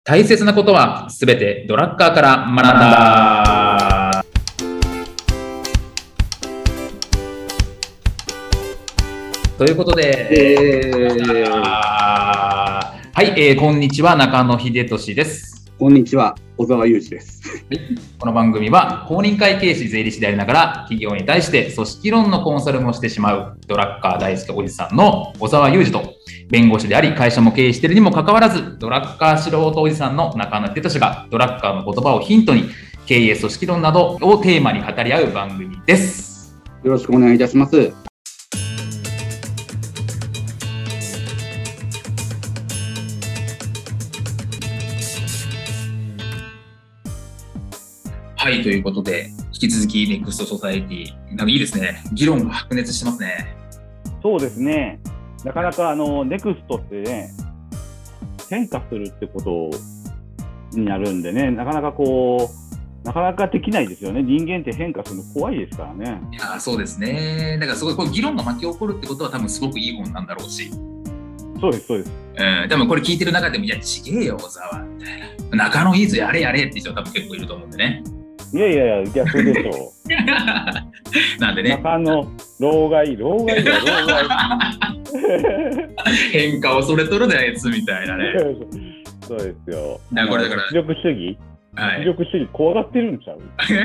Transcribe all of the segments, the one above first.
大切なことはすべてドラッカーから学んだ。ということで、はい、こんにちは、中野秀俊です。 こんにちは、小沢裕二です。 この番組は公認会計士税理士でありながら企業に対して組織論のコンサルもしてしまうドラッカー大好きおじさんの小沢裕二と、弁護士であり会社も経営しているにもかかわらずドラッカー素人おじさんの中野秀俊がドラッカーの言葉をヒントに経営組織論などをテーマに語り合う番組です。 よろしくお願いいたします。 はい、ということで引き続きネクストソサエティ、なんかいいですね。議論が白熱してますね。 そうですね。なかなかネクストってね、変化するってことになるんでね、なかなかできないですよね。人間って変化するの怖いですからね。 いや、そうですね。だからすごいこう議論が巻き起こるってことは多分すごくいい本なんだろうし。 そうです、そうです。 多分これ聞いてる中でも、いや、ちげえよ、小沢みたいな。中野いいぞ、やれやれって人多分結構いると思うんでね。 いや、逆でしょう。なんでね。 中野、老害。 変化を恐れとるであいつみたいなね。 そうですよ。 だから出力主義、出力主義怖がってるんちゃう？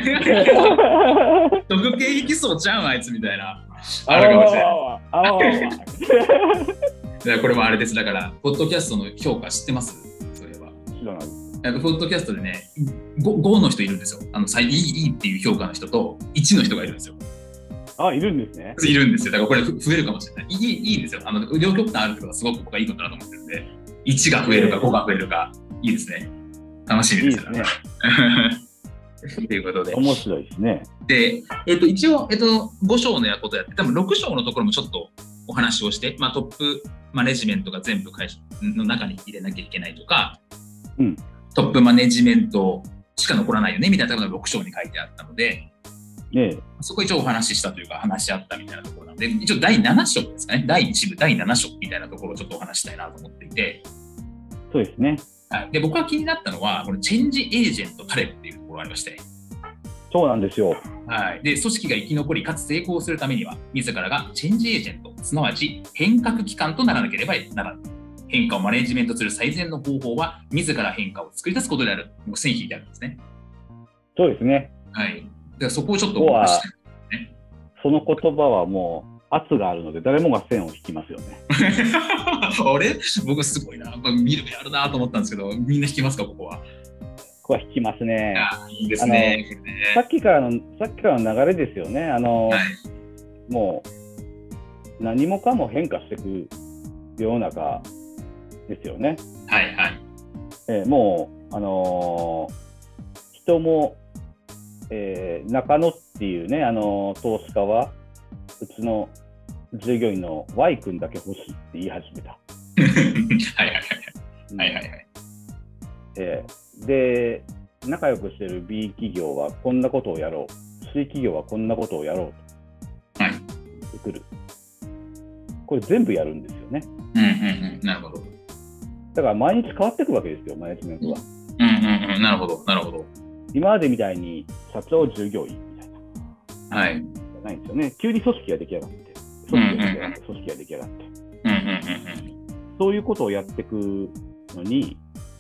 特権引きそうちゃうんあいつみたいな。あるかもしれない。だからこれもあれです。だからポッドキャストの評価知ってます？それは。 知らない。 ポッドキャストでね、5の人いるんですよ。いいっていう評価の人と1の人がいるんですよ。 いるんですね。 いるんですよ。だからこれ増えるかもしれない。いいんですよ。両極端あるってことはすごく僕はいいことだと思ってるんで、1が増えるか5が増えるか、いいですね。楽しみですよね。ということで。 面白いですね。 で、一応、5章のことをやって、多分6章のところもちょっとお話をして、トップマネジメントが全部会社の中に入れなきゃいけないとか、トップマネジメントしか残らないよねみたいな6章に書いてあったので、そこ一応お話ししたというか話し合ったみたいなところなので、一応第7章ですかね、第1部第7章みたいなところをちょっとお話したいなと思っていて。 そうですね。 で、僕が気になったのはこのチェンジエージェントタレっていうところがありまして。 そうなんですよ。 で、組織が生き残りかつ成功するためには自らがチェンジエージェント、すなわち変革機関とならなければならない。変化をマネジメントする最善の方法は自ら変化を作り出すことである。もう線引いてあるんですね。 そうですね。 はい。だからそこをちょっとお話したいですね。 その言葉はもう圧があるので誰もが線を引きますよね。 あれ？僕すごいな。見る目あるなと思ったんですけど、みんな引きますか、ここは。 ここは引きますね。 いいですね。 さっきからの流れですよね。もう何もかも変化していく世の中ですよね。もう人も、中野っていうね投資家はうちの従業員の Y 君だけ欲しいって言い始めた。で仲良くしてる B 企業はこんなことをやろう、 C 企業はこんなことをやろうと言ってくる。これ全部やるんですよね。 なるほど。 だから毎日変わっていくわけですよ、マネジメントは。 なるほど、なるほど。 今までみたいに社長従業員みたいな。じゃないんですよね。急に組織が出来上がって、組織が出来上がって。そういうことをやっていくのに、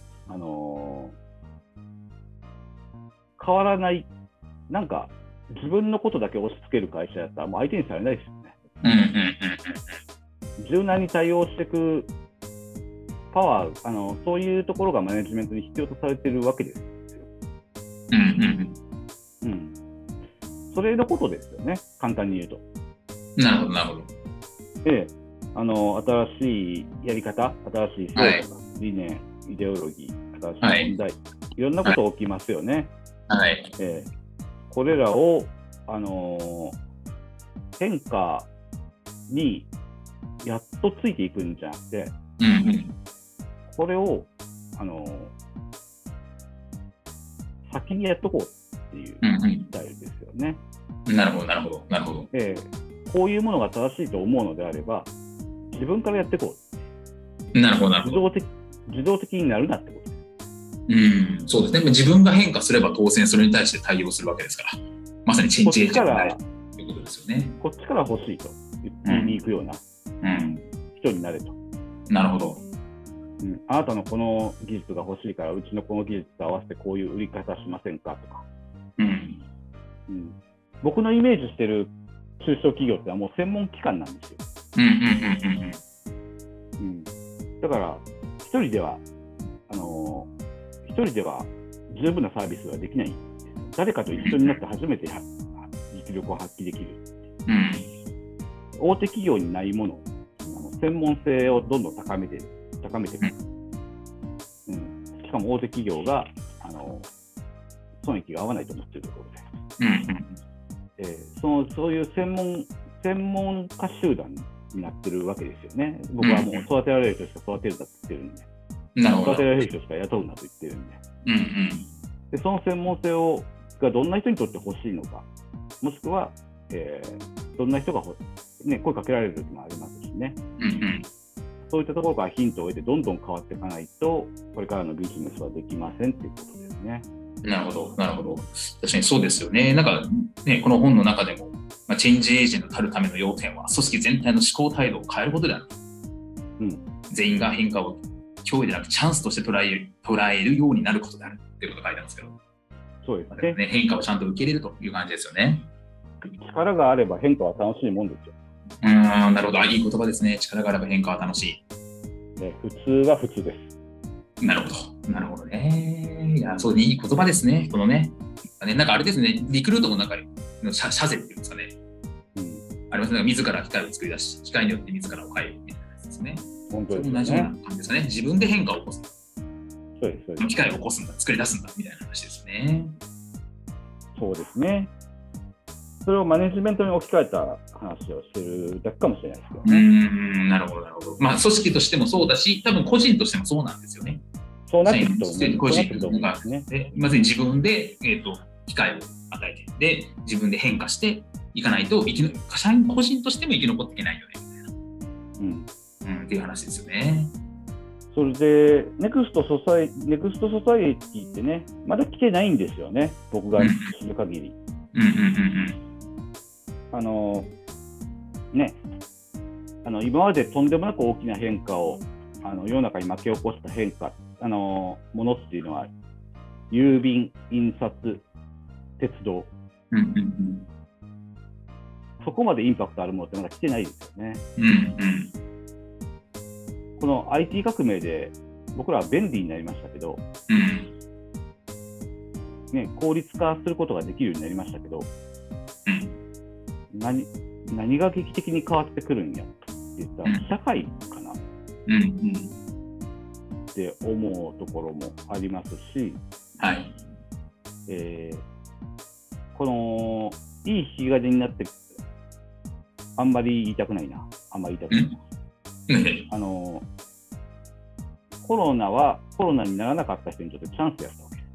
変わらない、なんか自分のことだけ押し付ける会社やったらもう相手にされないですよね。柔軟に対応していくパワー、そういうところがマネジメントに必要とされているわけですよ。それのことですよね、簡単に言うと。 なるほど、なるほど。新しいやり方、新しい制度とか、理念、イデオロギー、新しい問題、いろんなこと起きますよね。これらを、変化にやっとついていくんじゃなくて、これを、先にやっとこうっていうスタイルですよね。 なるほど、なるほど、なるほど。 こういうものが正しいと思うのであれば、自分からやっていこう。 なるほど、なるほど。 自動的になるなってことです。 そうですね。自分が変化すれば当然それに対して対応するわけですから、まさにチェンジエージェントになるということですよね。 こっちから欲しいと言いに行くような人になれと。 なるほど。 あなたのこの技術が欲しいから、うちのこの技術と合わせてこういう売り方しませんかとか。僕のイメージしてる中小企業ってのはもう専門機関なんですよ。だから一人では十分なサービスはできない。誰かと一緒になって初めて実力を発揮できる。大手企業にないもの、専門性をどんどん高めていく。しかも大手企業が損益が合わないと思っているところで、そういう専門家集団になってるわけですよね。僕はもう育てられる人しか育てるなと言ってるんで、育てられる人しか雇うなと言ってるんで、その専門性がどんな人にとって欲しいのか、もしくは、どんな人が声かけられる時もありますしね。そういったところからヒントを得てどんどん変わっていかないと、これからのビジネスはできませんということですね。 なるほど、なるほど。確かにそうですよね。なんかね、この本の中でも、チェンジエージェントたるための要点は、組織全体の思考態度を変えることである。全員が変化を脅威でなくチャンスとして捉えるようになることであるということが書いてあるんですけど、 そうですね。 変化をちゃんと受け入れるという感じですよね。 力があれば変化は楽しいもんですよ。 なるほど。いい言葉ですね。力があれば変化は楽しい。 普通は普通です。 なるほど。なるほどね。いや、そう、いい言葉ですね。このね。なんかあれですね、リクルートの中の社税っていうんですかね。ありますね。自ら機械を作り出し、機械によって自らを変えるみたいなやつですね。 本当ですね。 同じような感じですかね。自分で変化を起こす。 そうです。 機械を起こすんだ、作り出すんだみたいな話ですね。 そうですね。それをマネジメントに置き換えた話をしてるだけかもしれないですけどね。 なるほど、なるほど。組織としてもそうだし、多分個人としてもそうなんですよね。 そうなってると思う。個人が、まず自分で、機会を与えて、で、自分で変化していかないと、社員個人としても生き残っていけないよね、みたいな。っていう話ですよね。 それで、ネクストソサイエティってね、まだ来てないんですよね、僕が知る限り。今までとんでもなく大きな変化を世の中に巻き起こしたものっていうのは郵便、印刷、鉄道、そこまでインパクトあるものってまだ来てないですよね。この IT 革命で僕らは便利になりましたけど、効率化することができるようになりましたけど、何が劇的に変わってくるんやって言ったら、社会かなって思うところもありますし、このいい引き金になってあんまり言いたくないな。コロナにならなかった人にとってチャンスやったわけです。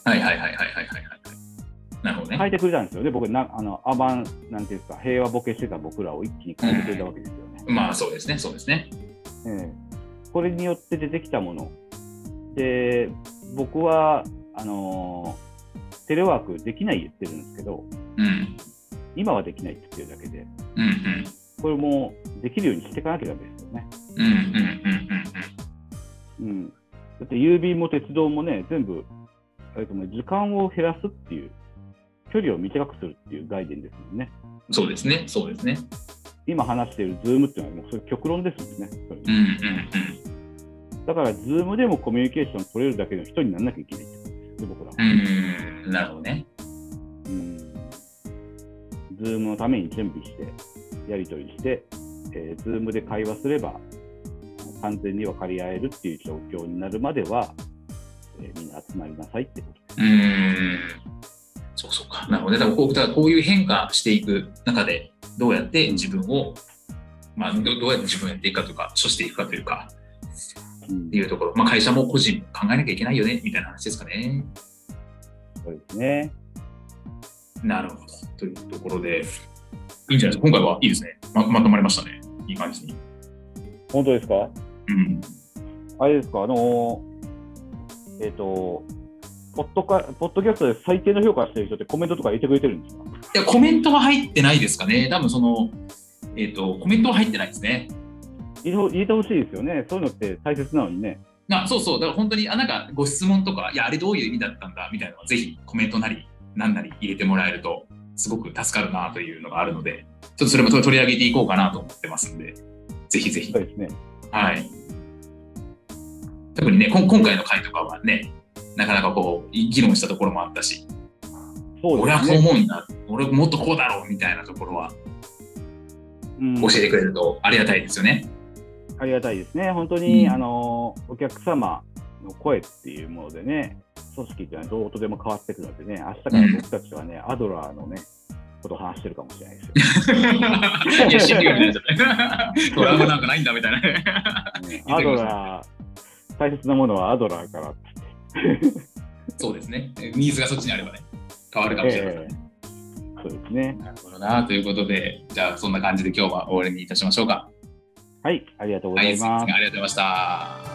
なるほどね。 変えてくれたんですよね。僕なんていうんですか、平和ボケしてた僕らを一気に変えてくれたわけですよね。 そうですね、そうですね。 これによって出てきたもので、僕はテレワークできない言ってるんですけど、今はできないって言ってるだけで、これもできるようにしていかなきゃダメですよね。だって郵便も鉄道もね、全部時間を減らすっていう、距離を短くするっていう概念ですもんね。 そうですね、そうですね。 今話している Zoom っていうのはもうそれ極論ですもんね。だから Zoom でもコミュニケーション取れるだけの人にならなきゃいけないってことですよ、僕らは。 なるほどね。 Zoom のために準備して、やり取りして、Zoom で会話すれば、完全に分かり合えるっていう状況になるまでは、みんな集まりなさいってことです。 そうか。なるほどね。だからこういう変化していく中で、どうやって自分を、どうやって自分をやっていくかというか、処していくかというか、っていうところ、会社も個人も考えなきゃいけないよね、みたいな話ですかね。 そうですね。 なるほど。というところで、いいんじゃないですか。今回はいいですね。まとまりましたね。いい感じに。 本当ですか？あれですか、 ポッドキャストで最低の評価してる人ってコメントとか入れてくれてるんですか？ いや、コメントは入ってないですかね。多分コメントは入ってないですね。 入れてほしいですよね。そういうのって大切なのにね。 そうそう。だから本当に、なんかご質問とか、いや、あれどういう意味だったんだみたいなのは、ぜひコメントなり、何なり入れてもらえると、すごく助かるなというのがあるので、ちょっとそれも取り上げていこうかなと思ってますんで、ぜひぜひ。 そうですね。 はい。特にね、今回の回とかはね、なかなかこう、議論したところもあったし、そうですね、俺はこう思うんだ、俺もっとこうだろうみたいなところは、教えてくれるとありがたいですよね。 ありがたいですね。本当に、お客様の声っていうものでね、組織っていうのはどうとでも変わってくるのでね、明日から僕たちはね、アドラーのね、ことを話してるかもしれないですよ。 いや、シビアになっちゃった。ドラムなんかないんだみたいな。 アドラー、大切なものはアドラーからって。 そうですね。ニーズがそっちにあればね、変わるかもしれない。 そうですね。 なるほどな。ということで、じゃあそんな感じで今日は終わりにいたしましょうか。 はい、ありがとうございます。 はい、ありがとうございました。